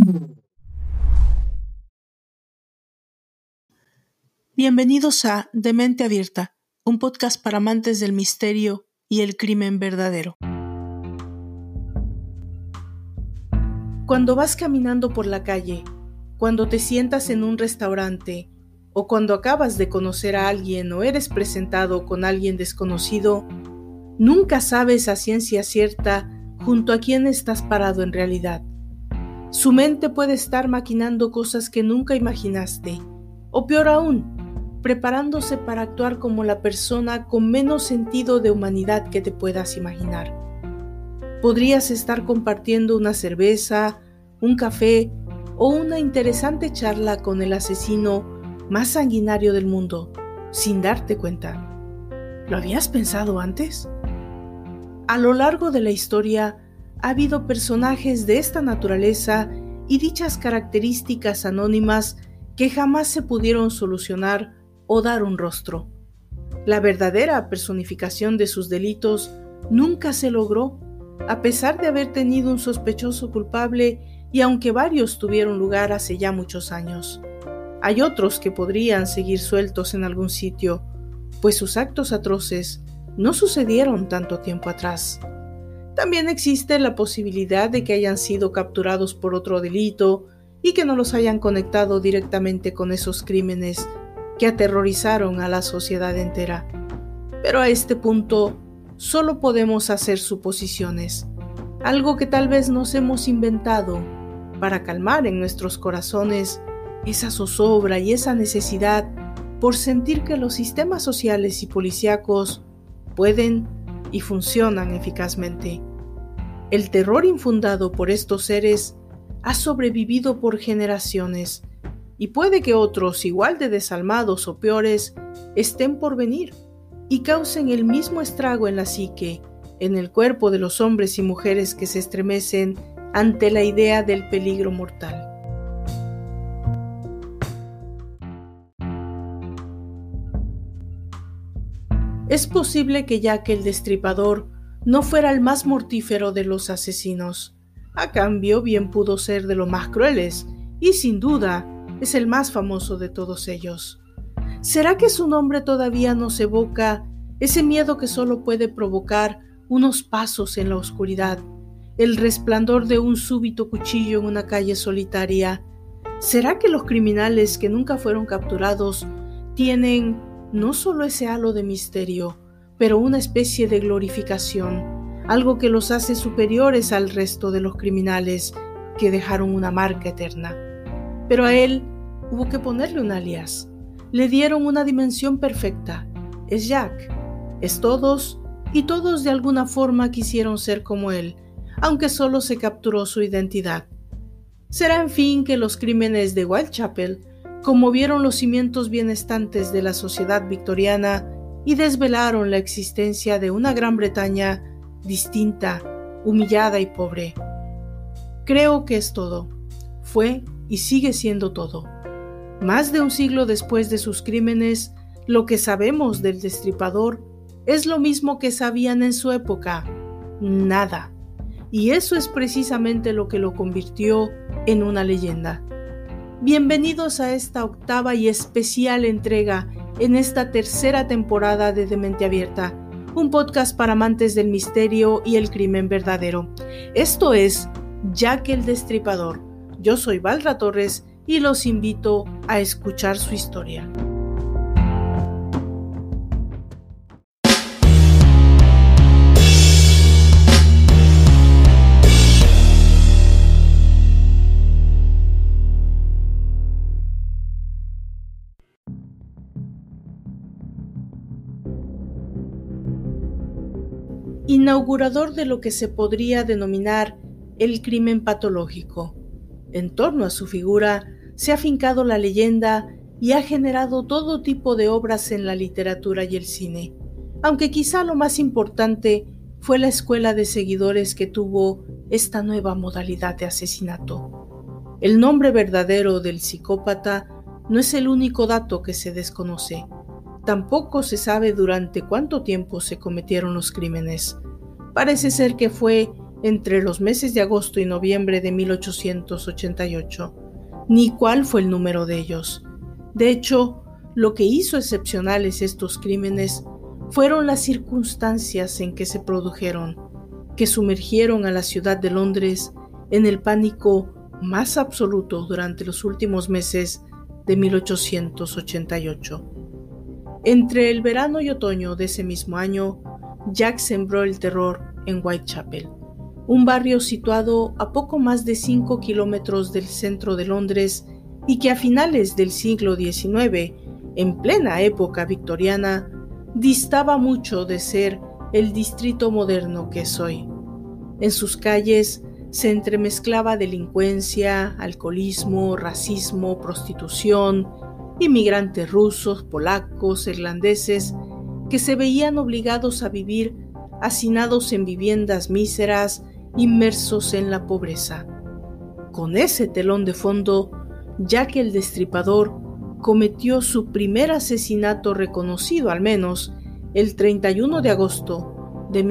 Bienvenidos a De Mente Abierta, un podcast para amantes del misterio y el crimen verdadero. Cuando vas caminando por la calle, cuando te sientas en un restaurante, o cuando acabas de conocer a alguien o eres presentado con alguien desconocido, nunca sabes a ciencia cierta junto a quién estás parado en realidad. Su mente puede estar maquinando cosas que nunca imaginaste, o peor aún, preparándose para actuar como la persona con menos sentido de humanidad que te puedas imaginar. Podrías estar compartiendo una cerveza, un café o una interesante charla con el asesino más sanguinario del mundo, sin darte cuenta. ¿Lo habías pensado antes? A lo largo de la historia, ha habido personajes de esta naturaleza y dichas características anónimas que jamás se pudieron solucionar o dar un rostro. La verdadera personificación de sus delitos nunca se logró, a pesar de haber tenido un sospechoso culpable y aunque varios tuvieron lugar hace ya muchos años. Hay otros que podrían seguir sueltos en algún sitio, pues sus actos atroces no sucedieron tanto tiempo atrás. También existe la posibilidad de que hayan sido capturados por otro delito y que no los hayan conectado directamente con esos crímenes que aterrorizaron a la sociedad entera. Pero a este punto solo podemos hacer suposiciones, algo que tal vez nos hemos inventado para calmar en nuestros corazones esa zozobra y esa necesidad por sentir que los sistemas sociales y policíacos pueden y funcionan eficazmente. El terror infundado por estos seres ha sobrevivido por generaciones y puede que otros igual de desalmados o peores estén por venir y causen el mismo estrago en la psique, en el cuerpo de los hombres y mujeres que se estremecen ante la idea del peligro mortal. Es posible que Jack el Destripador no fuera el más mortífero de los asesinos. A cambio, bien pudo ser de los más crueles, y sin duda es el más famoso de todos ellos. ¿Será que su nombre todavía nos evoca ese miedo que solo puede provocar unos pasos en la oscuridad, el resplandor de un súbito cuchillo en una calle solitaria? ¿Será que los criminales que nunca fueron capturados tienen no solo ese halo de misterio, pero una especie de glorificación, algo que los hace superiores al resto de los criminales que dejaron una marca eterna? Pero a él hubo que ponerle un alias. Le dieron una dimensión perfecta. Es Jack. Es todos, y todos de alguna forma quisieron ser como él, aunque solo se capturó su identidad. Será en fin que los crímenes de Whitechapel conmovieron los cimientos bienestantes de la sociedad victoriana y desvelaron la existencia de una Gran Bretaña distinta, humillada y pobre. Creo que es todo. Fue y sigue siendo todo. Más de un siglo después de sus crímenes, lo que sabemos del Destripador es lo mismo que sabían en su época: nada. Y eso es precisamente lo que lo convirtió en una leyenda. Bienvenidos a esta octava y especial entrega en esta tercera temporada de Mente Abierta, un podcast para amantes del misterio y el crimen verdadero. Esto es Jack el Destripador. Yo soy Valra Torres y los invito a escuchar su historia. Inaugurador de lo que se podría denominar el crimen patológico. En torno a su figura se ha afincado la leyenda y ha generado todo tipo de obras en la literatura y el cine, aunque quizá lo más importante fue la escuela de seguidores que tuvo esta nueva modalidad de asesinato. El nombre verdadero del psicópata no es el único dato que se desconoce. Tampoco se sabe durante cuánto tiempo se cometieron los crímenes. Parece ser que fue entre los meses de agosto y noviembre de 1888, ni cuál fue el número de ellos. De hecho, lo que hizo excepcionales estos crímenes fueron las circunstancias en que se produjeron, que sumergieron a la ciudad de Londres en el pánico más absoluto durante los últimos meses de 1888. Entre el verano y otoño de ese mismo año, Jack sembró el terror en Whitechapel, un barrio situado a poco más de 5 kilómetros del centro de Londres y que a finales del siglo XIX, en plena época victoriana, distaba mucho de ser el distrito moderno que es hoy. En sus calles se entremezclaba delincuencia, alcoholismo, racismo, prostitución, inmigrantes rusos, polacos, irlandeses, que se veían obligados a vivir hacinados en viviendas míseras, inmersos en la pobreza. Con ese telón de fondo, Jack el Destripador cometió su primer asesinato reconocido, al menos, el 31 de agosto de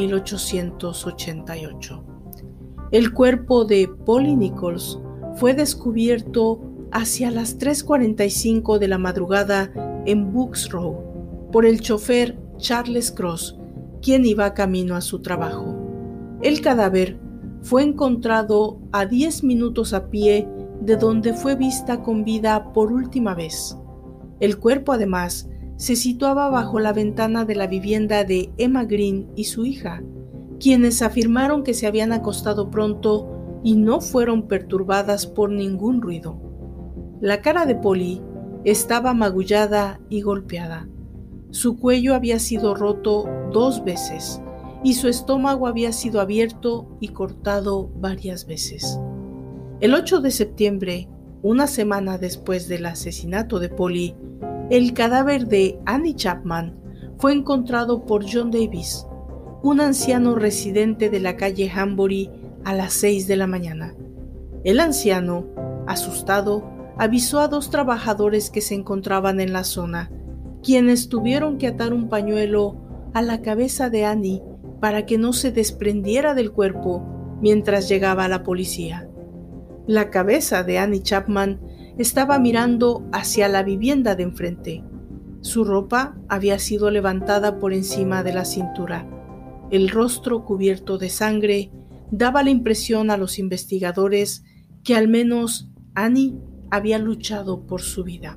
1888. El cuerpo de Polly Nichols fue descubierto hacia las 3:45 de la madrugada en Bucks Row por el chofer Charles Cross, quien iba camino a su trabajo. El cadáver fue encontrado a 10 minutos a pie de donde fue vista con vida por última vez. El cuerpo, además, se situaba bajo la ventana de la vivienda de Emma Green y su hija, quienes afirmaron que se habían acostado pronto y no fueron perturbadas por ningún ruido. La cara de Polly estaba magullada y golpeada. Su cuello había sido roto 2 veces y su estómago había sido abierto y cortado varias veces. El 8 de septiembre, una semana después del asesinato de Polly, el cadáver de Annie Chapman fue encontrado por John Davis, un anciano residente de la calle Hanbury, a las 6 de la mañana. El anciano, asustado, avisó a 2 trabajadores que se encontraban en la zona, quienes tuvieron que atar un pañuelo a la cabeza de Annie para que no se desprendiera del cuerpo mientras llegaba la policía. La cabeza de Annie Chapman estaba mirando hacia la vivienda de enfrente. Su ropa había sido levantada por encima de la cintura. El rostro cubierto de sangre daba la impresión a los investigadores que al menos Annie había luchado por su vida.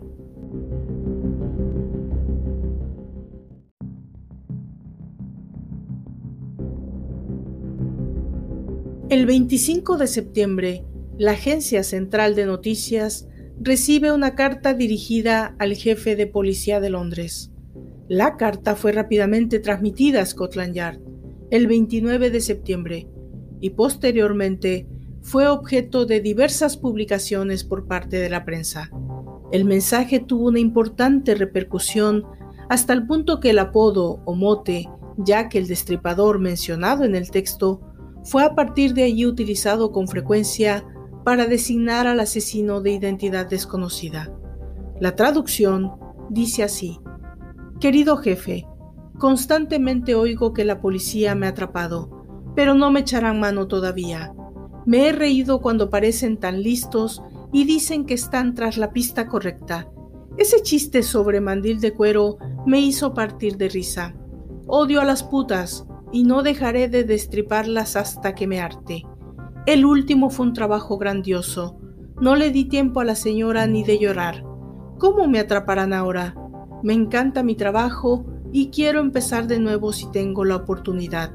El 25 de septiembre, la Agencia Central de Noticias recibe una carta dirigida al jefe de policía de Londres. La carta fue rápidamente transmitida a Scotland Yard el 29 de septiembre y posteriormente fue objeto de diversas publicaciones por parte de la prensa. El mensaje tuvo una importante repercusión hasta el punto que el apodo o mote Jack el Destripador mencionado en el texto fue a partir de allí utilizado con frecuencia para designar al asesino de identidad desconocida. La traducción dice así: Querido jefe, constantemente oigo que la policía me ha atrapado, pero no me echarán mano todavía. Me he reído cuando parecen tan listos y dicen que están tras la pista correcta. Ese chiste sobre mandil de cuero me hizo partir de risa. Odio a las putas y no dejaré de destriparlas hasta que me harte. El último fue un trabajo grandioso. No le di tiempo a la señora ni de llorar. ¿Cómo me atraparán ahora? Me encanta mi trabajo y quiero empezar de nuevo si tengo la oportunidad.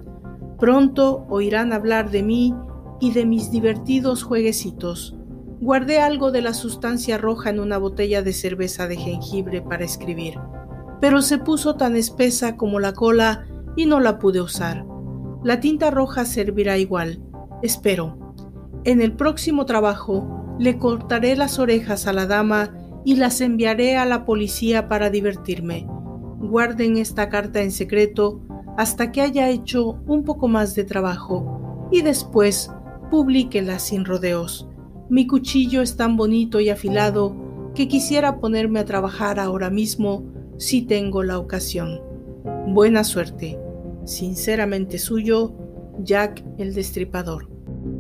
Pronto oirán hablar de mí y de mis divertidos jueguecitos. Guardé algo de la sustancia roja en una botella de cerveza de jengibre para escribir, pero se puso tan espesa como la cola y no la pude usar. La tinta roja servirá igual, espero. En el próximo trabajo le cortaré las orejas a la dama y las enviaré a la policía para divertirme. Guarden esta carta en secreto hasta que haya hecho un poco más de trabajo y después publíquela sin rodeos. Mi cuchillo es tan bonito y afilado que quisiera ponerme a trabajar ahora mismo si tengo la ocasión. Buena suerte. Sinceramente suyo, Jack el Destripador.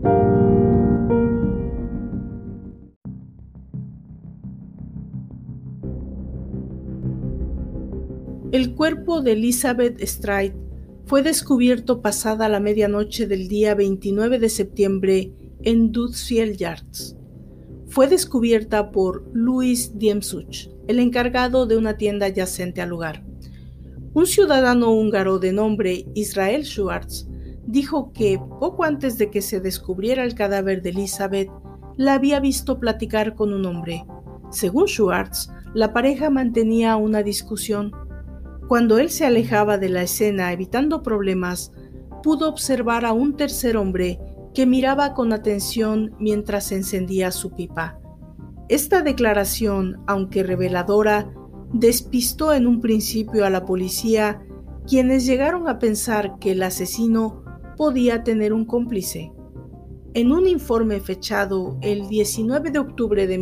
El cuerpo de Elizabeth Stride fue descubierto pasada la medianoche del día 29 de septiembre en Dudesfield Yards. Fue descubierta por Louis Diemsuch, el encargado de una tienda adyacente al lugar. Un ciudadano húngaro de nombre Israel Schwartz dijo que poco antes de que se descubriera el cadáver de Elizabeth, la había visto platicar con un hombre. Según Schwartz, la pareja mantenía una discusión. Cuando él se alejaba de la escena evitando problemas, pudo observar a un tercer hombre que miraba con atención mientras encendía su pipa. Esta declaración, aunque reveladora, despistó en un principio a la policía, quienes llegaron a pensar que el asesino podía tener un cómplice. En un informe fechado el 19 de octubre de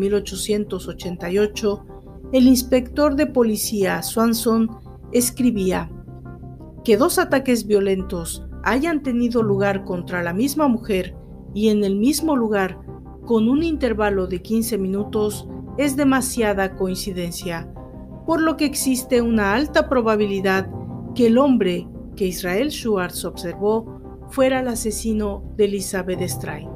1888, el inspector de policía Swanson escribía: que dos ataques violentos hayan tenido lugar contra la misma mujer y en el mismo lugar con un intervalo de 15 minutos es demasiada coincidencia, por lo que existe una alta probabilidad que el hombre que Israel Schwartz observó fuera el asesino de Elizabeth Stride.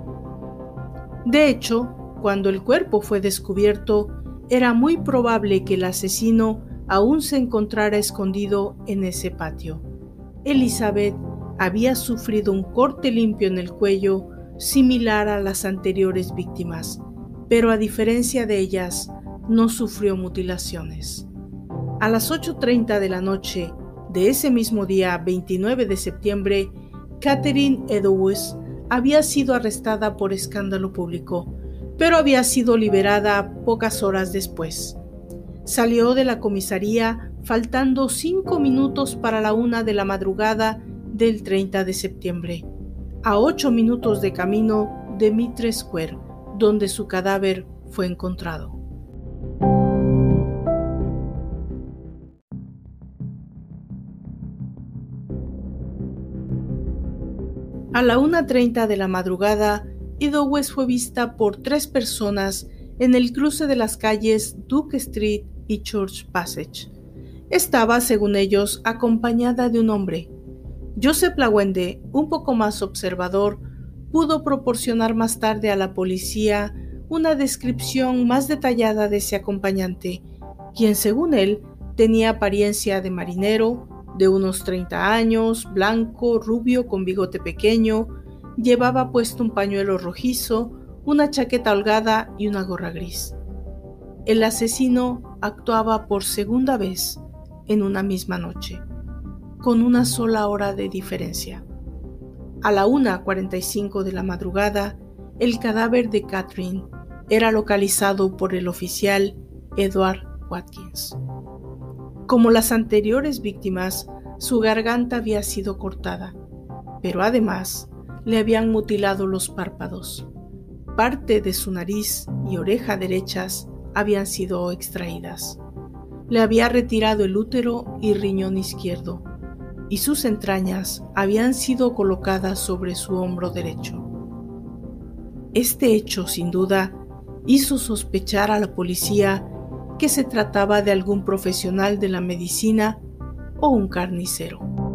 De hecho, cuando el cuerpo fue descubierto, era muy probable que el asesino aún se encontrara escondido en ese patio. Elizabeth había sufrido un corte limpio en el cuello similar a las anteriores víctimas, pero a diferencia de ellas, no sufrió mutilaciones. A las 8:30 de la noche de ese mismo día, 29 de septiembre, Catherine Eddowes había sido arrestada por escándalo público, pero había sido liberada pocas horas después. Salió de la comisaría faltando 5 minutos para la 1 de la madrugada del 30 de septiembre, a 8 minutos de camino de Mitre Square, donde su cadáver fue encontrado. A la 1:30 de la madrugada, Eddowes fue vista por 3 personas en el cruce de las calles Duke Street y Church Passage. Estaba, según ellos, acompañada de un hombre. Joseph Lawende, un poco más observador, pudo proporcionar más tarde a la policía una descripción más detallada de ese acompañante, quien, según él, tenía apariencia de marinero, de unos 30 años, blanco, rubio, con bigote pequeño, llevaba puesto un pañuelo rojizo, una chaqueta holgada y una gorra gris. El asesino actuaba por segunda vez en una misma noche, con una sola hora de diferencia. A la 1:45 de la madrugada, el cadáver de Catherine era localizado por el oficial Edward Watkins. Como las anteriores víctimas, su garganta había sido cortada, pero además le habían mutilado los párpados. Parte de su nariz y oreja derechas habían sido extraídas. Le había retirado el útero y riñón izquierdo, y sus entrañas habían sido colocadas sobre su hombro derecho. Este hecho, sin duda, hizo sospechar a la policía que se trataba de algún profesional de la medicina o un carnicero.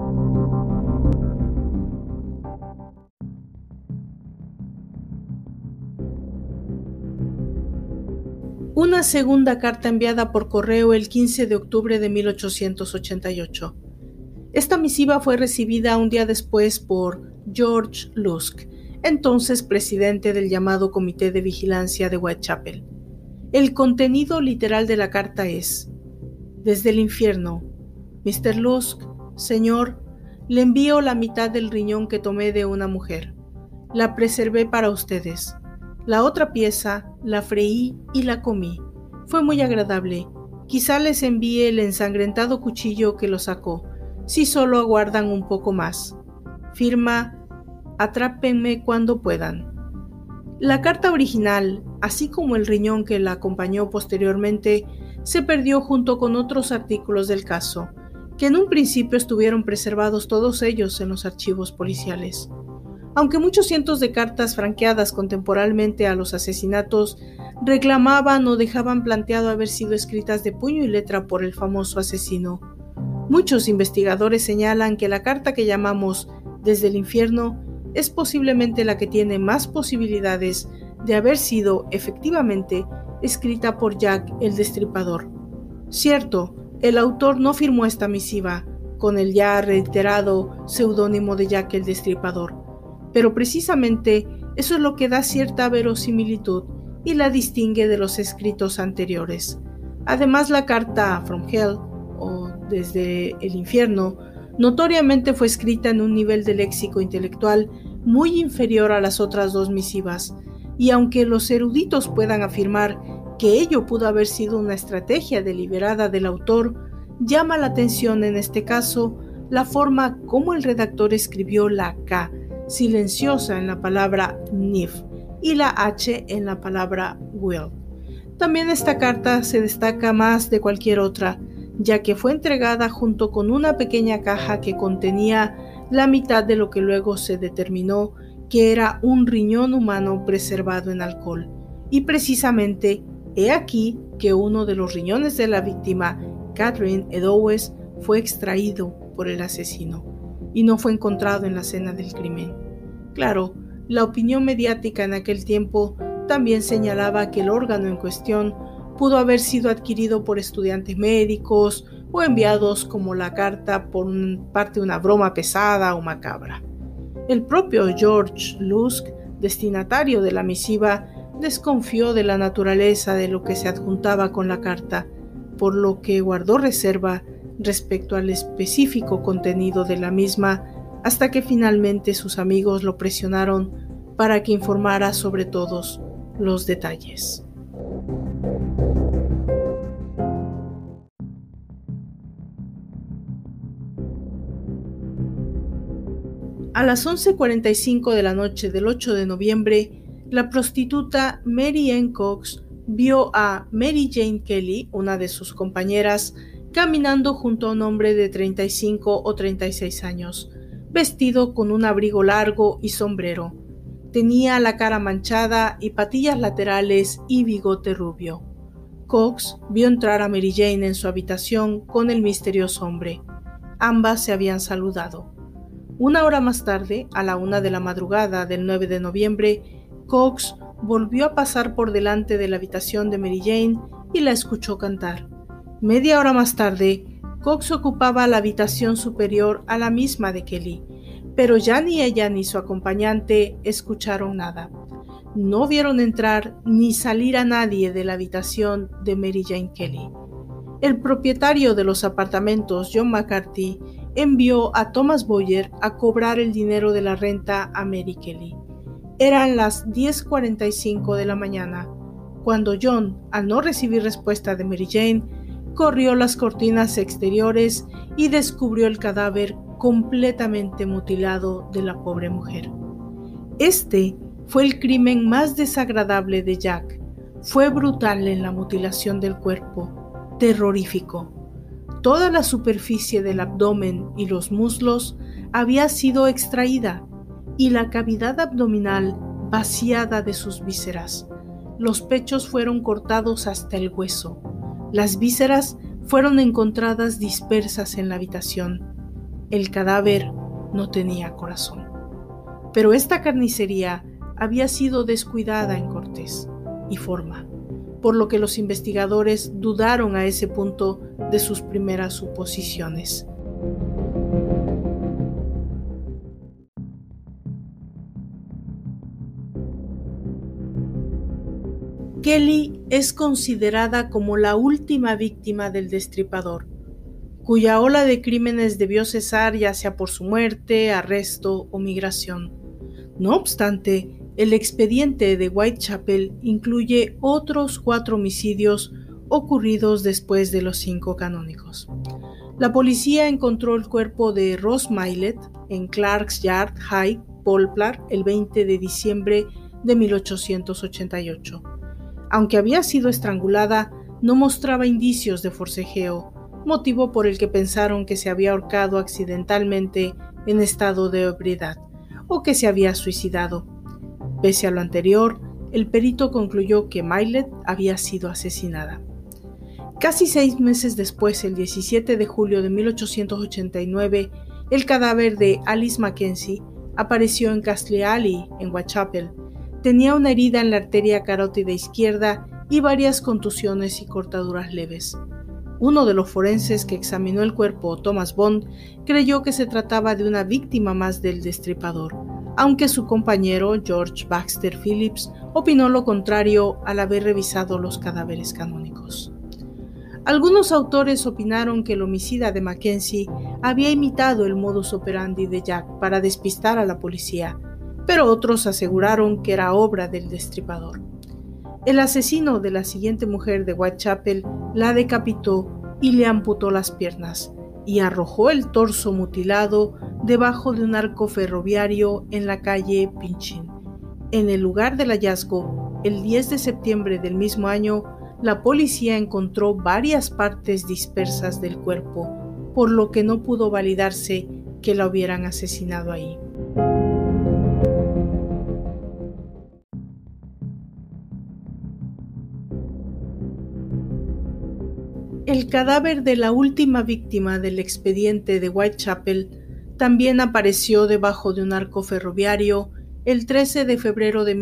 Una segunda carta enviada por correo el 15 de octubre de 1888. Esta misiva fue recibida un día después por George Lusk, entonces presidente del llamado Comité de Vigilancia de Whitechapel. El contenido literal de la carta es: desde el infierno, Mr. Lusk, señor, le envío la mitad del riñón que tomé de una mujer. La preservé para ustedes. La otra pieza la freí y la comí. Fue muy agradable. Quizá les envíe el ensangrentado cuchillo que lo sacó, si solo aguardan un poco más. Firma: atrápenme cuando puedan. La carta original, así como el riñón que la acompañó posteriormente, se perdió junto con otros artículos del caso, que en un principio estuvieron preservados todos ellos en los archivos policiales. Aunque muchos cientos de cartas franqueadas contemporáneamente a los asesinatos reclamaban o dejaban planteado haber sido escritas de puño y letra por el famoso asesino. Muchos investigadores señalan que la carta que llamamos Desde el infierno es posiblemente la que tiene más posibilidades de haber sido efectivamente escrita por Jack el Destripador. Cierto, el autor no firmó esta misiva con el ya reiterado seudónimo de Jack el Destripador, pero precisamente eso es lo que da cierta verosimilitud y la distingue de los escritos anteriores. Además, la carta From Hell, o Desde el infierno, notoriamente fue escrita en un nivel de léxico intelectual muy inferior a las otras dos misivas, y aunque los eruditos puedan afirmar que ello pudo haber sido una estrategia deliberada del autor, llama la atención en este caso la forma como el redactor escribió la K silenciosa en la palabra Nif y la H en la palabra Will. También esta carta se destaca más de cualquier otra, ya que fue entregada junto con una pequeña caja que contenía la mitad de lo que luego se determinó que era un riñón humano preservado en alcohol. Y precisamente, he aquí que uno de los riñones de la víctima, Catherine Eddowes, fue extraído por el asesino y no fue encontrado en la escena del crimen. Claro, la opinión mediática en aquel tiempo también señalaba que el órgano en cuestión pudo haber sido adquirido por estudiantes médicos o enviados como la carta por parte de una broma pesada o macabra. El propio George Lusk, destinatario de la misiva, desconfió de la naturaleza de lo que se adjuntaba con la carta, por lo que guardó reserva respecto al específico contenido de la misma hasta que finalmente sus amigos lo presionaron para que informara sobre todos los detalles. A las 11:45 de la noche del 8 de noviembre, la prostituta Mary Ann Cox vio a Mary Jane Kelly, una de sus compañeras, caminando junto a un hombre de 35 o 36 años, vestido con un abrigo largo y sombrero. Tenía la cara manchada y patillas laterales y bigote rubio. Cox vio entrar a Mary Jane en su habitación con el misterioso hombre. Ambas se habían saludado. Una hora más tarde, a la 1 de la madrugada del 9 de noviembre, Cox volvió a pasar por delante de la habitación de Mary Jane y la escuchó cantar. Media hora más tarde, Cox ocupaba la habitación superior a la misma de Kelly, pero ya ni ella ni su acompañante escucharon nada. No vieron entrar ni salir a nadie de la habitación de Mary Jane Kelly. El propietario de los apartamentos, John McCarthy, envió a Thomas Boyer a cobrar el dinero de la renta a Mary Kelly. Eran las 10:45 de la mañana, cuando John, al no recibir respuesta de Mary Jane, corrió las cortinas exteriores y descubrió el cadáver completamente mutilado de la pobre mujer. Este fue el crimen más desagradable de Jack. Fue brutal en la mutilación del cuerpo, terrorífico. Toda la superficie del abdomen y los muslos había sido extraída y la cavidad abdominal vaciada de sus vísceras. Los pechos fueron cortados hasta el hueso. Las vísceras fueron encontradas dispersas en la habitación. El cadáver no tenía corazón. Pero esta carnicería había sido descuidada en cortes y forma, por lo que los investigadores dudaron a ese punto de sus primeras suposiciones. Kelly es considerada como la última víctima del Destripador, cuya ola de crímenes debió cesar ya sea por su muerte, arresto o migración. No obstante, el expediente de Whitechapel incluye otros 4 homicidios ocurridos después de los 5 canónicos. La policía encontró el cuerpo de Rose Mylett en Clark's Yard High, Poplar, el 20 de diciembre de 1888. Aunque había sido estrangulada, no mostraba indicios de forcejeo, motivo por el que pensaron que se había ahorcado accidentalmente en estado de ebriedad, o que se había suicidado. Pese a lo anterior, el perito concluyó que Milet había sido asesinada. Casi 6 meses después, el 17 de julio de 1889, el cadáver de Alice Mackenzie apareció en Castle Alley, en Whitechapel. Tenía una herida en la arteria carótida izquierda y varias contusiones y cortaduras leves. Uno de los forenses que examinó el cuerpo, Thomas Bond, creyó que se trataba de una víctima más del destripador, aunque su compañero, George Baxter Phillips, opinó lo contrario al haber revisado los cadáveres canónicos. Algunos autores opinaron que el homicida de Mackenzie había imitado el modus operandi de Jack para despistar a la policía, pero otros aseguraron que era obra del destripador. El asesino de la siguiente mujer de Whitechapel la decapitó y le amputó las piernas y arrojó el torso mutilado debajo de un arco ferroviario en la calle Pinchin. En el lugar del hallazgo, el 10 de septiembre del mismo año, la policía encontró varias partes dispersas del cuerpo, por lo que no pudo validarse que la hubieran asesinado ahí. El cadáver de la última víctima del expediente de Whitechapel también apareció debajo de un arco ferroviario el 13 de febrero de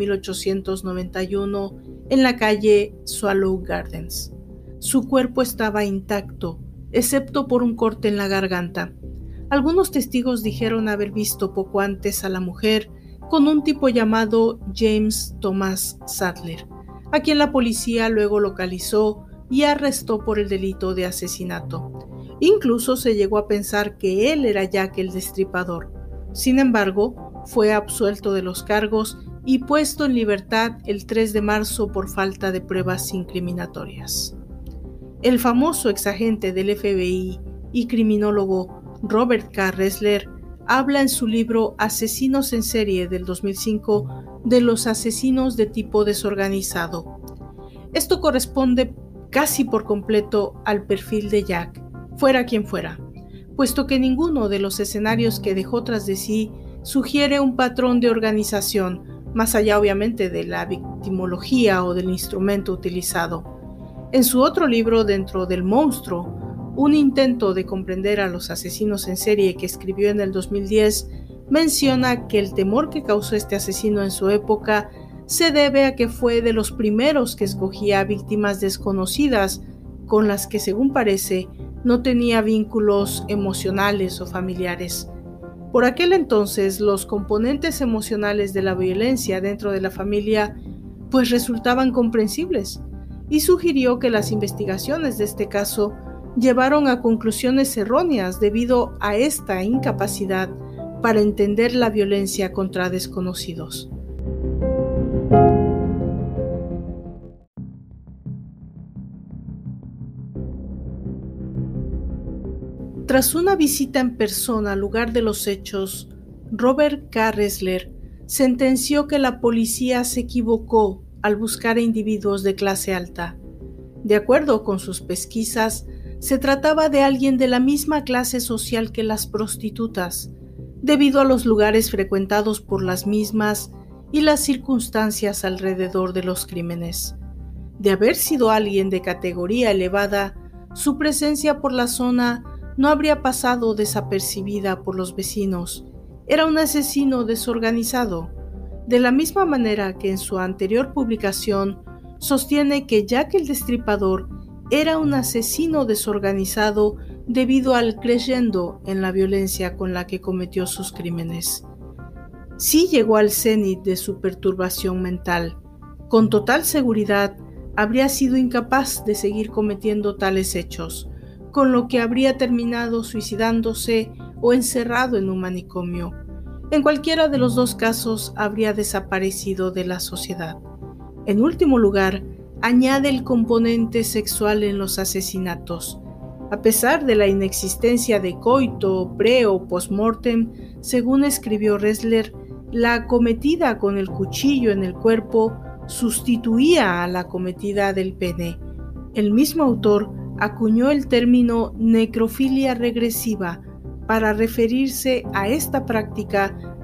1891 en la calle Swallow Gardens. Su cuerpo estaba intacto, excepto por un corte en la garganta. Algunos testigos dijeron haber visto poco antes a la mujer con un tipo llamado James Thomas Sadler, a quien la policía luego localizó y arrestó por el delito de asesinato. Incluso se llegó a pensar que él era Jack el Destripador. Sin embargo, fue absuelto de los cargos y puesto en libertad el 3 de marzo por falta de pruebas incriminatorias. El famoso exagente del FBI y criminólogo Robert K. Ressler habla en su libro Asesinos en serie del 2005 de los asesinos de tipo desorganizado. Esto corresponde casi por completo al perfil de Jack, fuera quien fuera, puesto que ninguno de los escenarios que dejó tras de sí sugiere un patrón de organización, más allá obviamente de la victimología o del instrumento utilizado. En su otro libro, Dentro del monstruo, un intento de comprender a los asesinos en serie que escribió en el 2010, menciona que el temor que causó este asesino en su época se debe a que fue de los primeros que escogía víctimas desconocidas con las que, según parece, no tenía vínculos emocionales o familiares. Por aquel entonces, los componentes emocionales de la violencia dentro de la familia pues resultaban comprensibles, y sugirió que las investigaciones de este caso llevaron a conclusiones erróneas debido a esta incapacidad para entender la violencia contra desconocidos. Tras una visita en persona al lugar de los hechos, Robert K. Ressler sentenció que la policía se equivocó al buscar a individuos de clase alta. De acuerdo con sus pesquisas, se trataba de alguien de la misma clase social que las prostitutas, debido a los lugares frecuentados por las mismas y las circunstancias alrededor de los crímenes. De haber sido alguien de categoría elevada, su presencia por la zona no habría pasado desapercibida por los vecinos. Era un asesino desorganizado, de la misma manera que en su anterior publicación sostiene que Jack el Destripador era un asesino desorganizado debido al crescendo en la violencia con la que cometió sus crímenes. Sí llegó al cenit de su perturbación mental. Con total seguridad, habría sido incapaz de seguir cometiendo tales hechos, con lo que habría terminado suicidándose o encerrado en un manicomio. En cualquiera de los dos casos habría desaparecido de la sociedad. En último lugar, añade el componente sexual en los asesinatos. A pesar de la inexistencia de coito, pre o post-mortem, según escribió Ressler, la acometida con el cuchillo en el cuerpo sustituía a la acometida del pene. El mismo autor acuñó el término necrofilia regresiva para referirse a esta práctica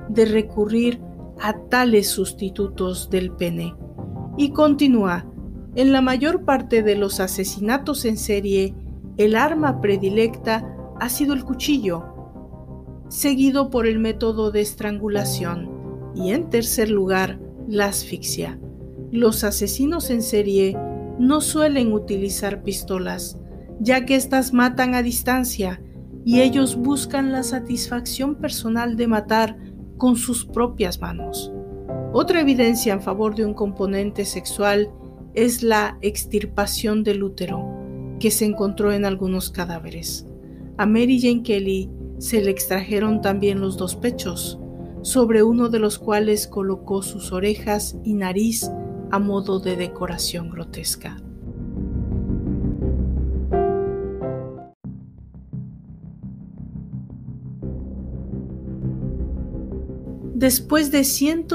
de recurrir a tales sustitutos del pene. Y continúa, en la mayor parte de los asesinatos en serie, el arma predilecta ha sido el cuchillo, seguido por el método de estrangulación y, en tercer lugar, la asfixia. Los asesinos en serie no suelen utilizar pistolas, ya que éstas matan a distancia y ellos buscan la satisfacción personal de matar con sus propias manos. Otra evidencia en favor de un componente sexual es la extirpación del útero, que se encontró en algunos cadáveres. A Mary Jane Kelly se le extrajeron también los 2 pechos, sobre uno de los cuales colocó sus orejas y nariz a modo de decoración grotesca. Después de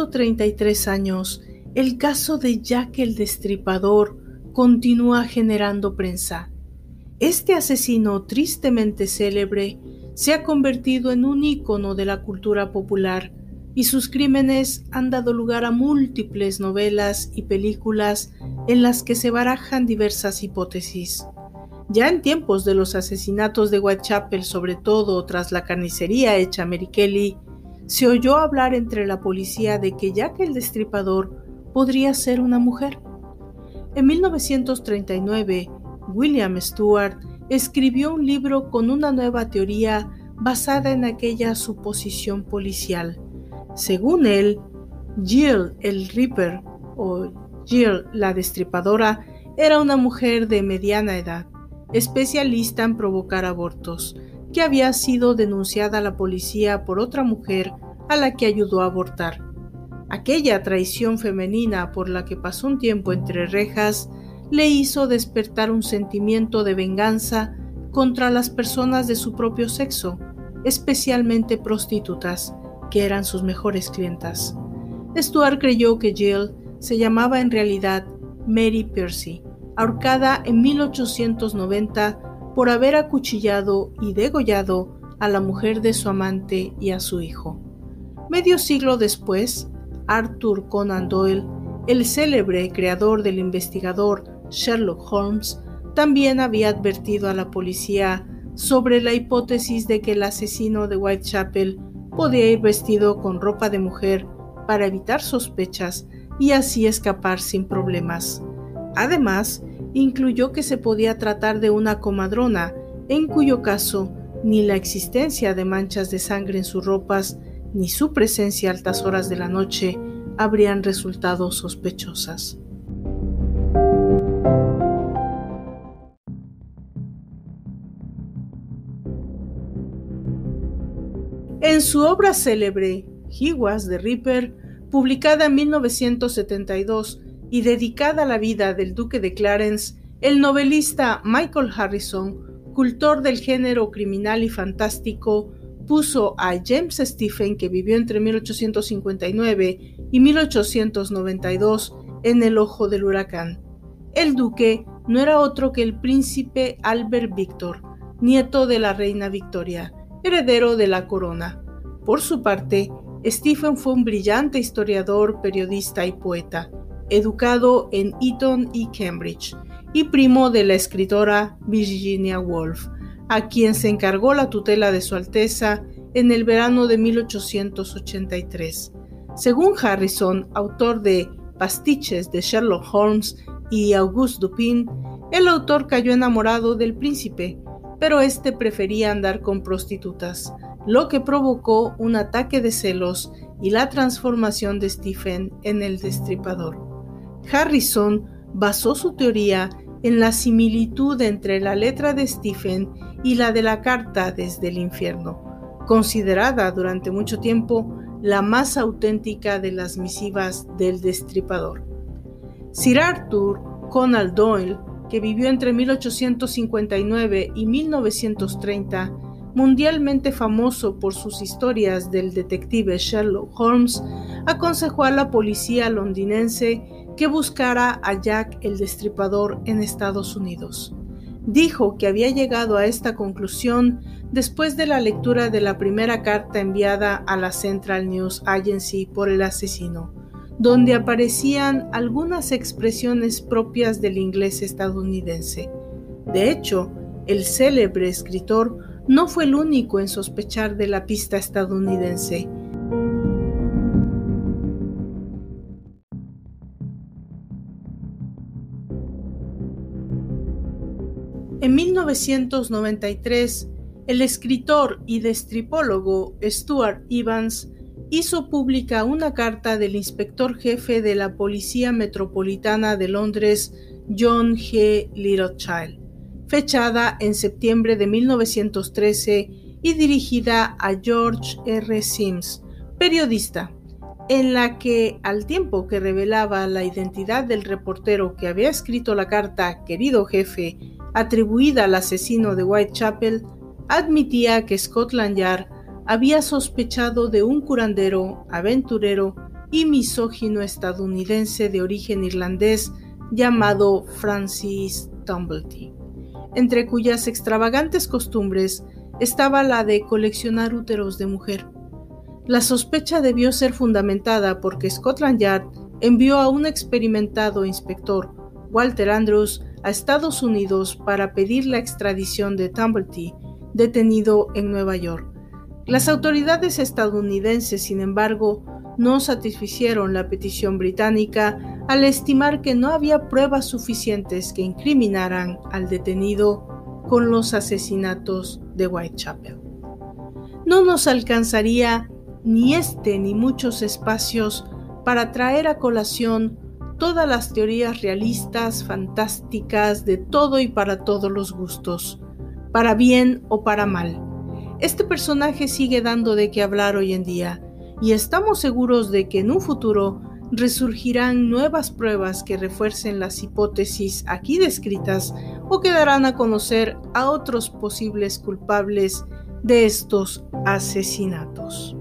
133 años, el caso de Jack el Destripador continúa generando prensa. Este asesino tristemente célebre se ha convertido en un ícono de la cultura popular y sus crímenes han dado lugar a múltiples novelas y películas en las que se barajan diversas hipótesis. Ya en tiempos de los asesinatos de Whitechapel, sobre todo tras la carnicería hecha a Mary Kelly, se oyó hablar entre la policía de que Jack el Destripador podría ser una mujer. En 1939, William Stewart escribió un libro con una nueva teoría basada en aquella suposición policial. Según él, Jill el Ripper o Jill la Destripadora era una mujer de mediana edad, especialista en provocar abortos, que había sido denunciada a la policía por otra mujer a la que ayudó a abortar. Aquella traición femenina por la que pasó un tiempo entre rejas le hizo despertar un sentimiento de venganza contra las personas de su propio sexo, especialmente prostitutas, que eran sus mejores clientas. Stuart creyó que Jill se llamaba en realidad Mary Percy, ahorcada en 1890 por haber acuchillado y degollado a la mujer de su amante y a su hijo. Medio siglo después, Arthur Conan Doyle, el célebre creador del investigador Sherlock Holmes, también había advertido a la policía sobre la hipótesis de que el asesino de Whitechapel podía ir vestido con ropa de mujer para evitar sospechas y así escapar sin problemas. Además, incluyó que se podía tratar de una comadrona, en cuyo caso ni la existencia de manchas de sangre en sus ropas ni su presencia a altas horas de la noche habrían resultado sospechosas. En su obra célebre, He Was the Ripper, publicada en 1972 y dedicada a la vida del duque de Clarence, el novelista Michael Harrison, cultor del género criminal y fantástico, puso a James Stephen, que vivió entre 1859 y 1892, en el ojo del huracán. El duque no era otro que el príncipe Albert Victor, nieto de la reina Victoria, heredero de la corona. Por su parte, Stephen fue un brillante historiador, periodista y poeta, educado en Eton y Cambridge, y primo de la escritora Virginia Woolf, a quien se encargó la tutela de Su Alteza en el verano de 1883. Según Harrison, autor de Pastiches de Sherlock Holmes y Auguste Dupin, el autor cayó enamorado del príncipe, pero este prefería andar con prostitutas, lo que provocó un ataque de celos y la transformación de Stephen en el Destripador. Harrison basó su teoría en la similitud entre la letra de Stephen y la de la carta desde el infierno, considerada durante mucho tiempo la más auténtica de las misivas del Destripador. Sir Arthur Conan Doyle, que vivió entre 1859 y 1930, mundialmente famoso por sus historias del detective Sherlock Holmes, aconsejó a la policía londinense que buscara a Jack el Destripador en Estados Unidos. Dijo que había llegado a esta conclusión después de la lectura de la primera carta enviada a la Central News Agency por el asesino, donde aparecían algunas expresiones propias del inglés estadounidense. De hecho, el célebre escritor no fue el único en sospechar de la pista estadounidense. En 1993, el escritor y destripólogo Stuart Evans hizo pública una carta del inspector jefe de la Policía Metropolitana de Londres, John G. Littlechild, fechada en septiembre de 1913 y dirigida a George R. Sims, periodista, en la que, al tiempo que revelaba la identidad del reportero que había escrito la carta "Querido jefe", atribuida al asesino de Whitechapel, admitía que Scotland Yard había sospechado de un curandero, aventurero y misógino estadounidense de origen irlandés llamado Francis Tumblety, entre cuyas extravagantes costumbres estaba la de coleccionar úteros de mujer. La sospecha debió ser fundamentada porque Scotland Yard envió a un experimentado inspector, Walter Andrews, a Estados Unidos para pedir la extradición de Tumblety, detenido en Nueva York. Las autoridades estadounidenses, sin embargo, no satisficieron la petición británica al estimar que no había pruebas suficientes que incriminaran al detenido con los asesinatos de Whitechapel. No nos alcanzaría ni este ni muchos espacios para traer a colación todas las teorías realistas, fantásticas, de todo y para todos los gustos, para bien o para mal. Este personaje sigue dando de qué hablar hoy en día, y estamos seguros de que en un futuro resurgirán nuevas pruebas que refuercen las hipótesis aquí descritas o que darán a conocer a otros posibles culpables de estos asesinatos.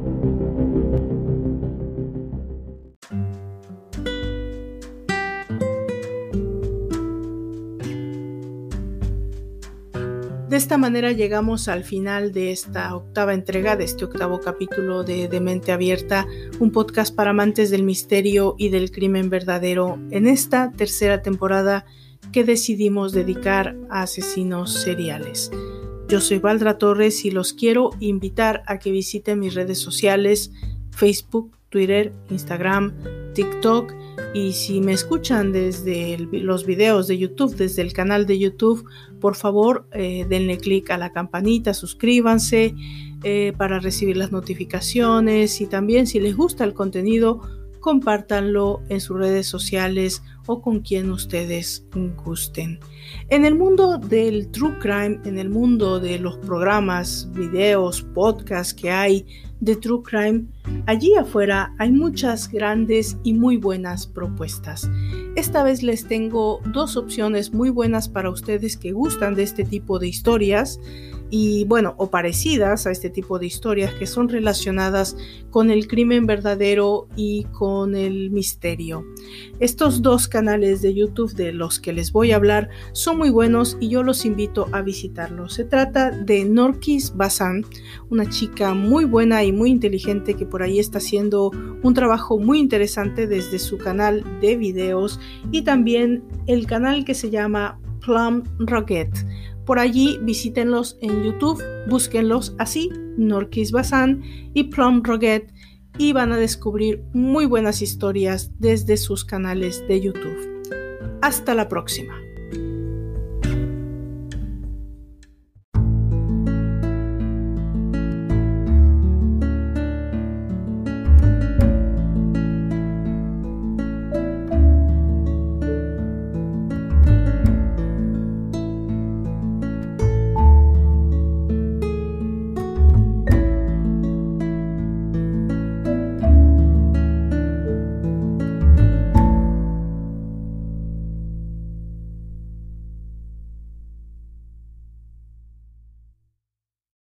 De esta manera llegamos al final de esta octava entrega, de este octavo capítulo de Mente Abierta, un podcast para amantes del misterio y del crimen verdadero, en esta tercera temporada que decidimos dedicar a asesinos seriales. Yo soy Valdra Torres y los quiero invitar a que visiten mis redes sociales, Facebook, Twitter, Instagram, TikTok, y si me escuchan desde los videos de YouTube, desde el canal de YouTube, por favor denle clic a la campanita, suscríbanse para recibir las notificaciones, y también si les gusta el contenido, compártanlo en sus redes sociales o con quien ustedes gusten. En el mundo del True Crime, en el mundo de los programas, videos, podcasts que hay de True Crime, allí afuera hay muchas grandes y muy buenas propuestas. Esta vez les tengo dos opciones muy buenas para ustedes que gustan de este tipo de historias o parecidas a este tipo de historias que son relacionadas con el crimen verdadero y con el misterio. Estos dos canales de YouTube de los que les voy a hablar son muy buenos y yo los invito a visitarlos. Se trata de Norquis Bazán, una chica muy buena y muy inteligente que por ahí está haciendo un trabajo muy interesante desde su canal de videos, y también el canal que se llama Plum Rocket. Por allí visítenlos en YouTube, búsquenlos así, Norquis Bazán y Plum Rocket, y van a descubrir muy buenas historias desde sus canales de YouTube. Hasta la próxima.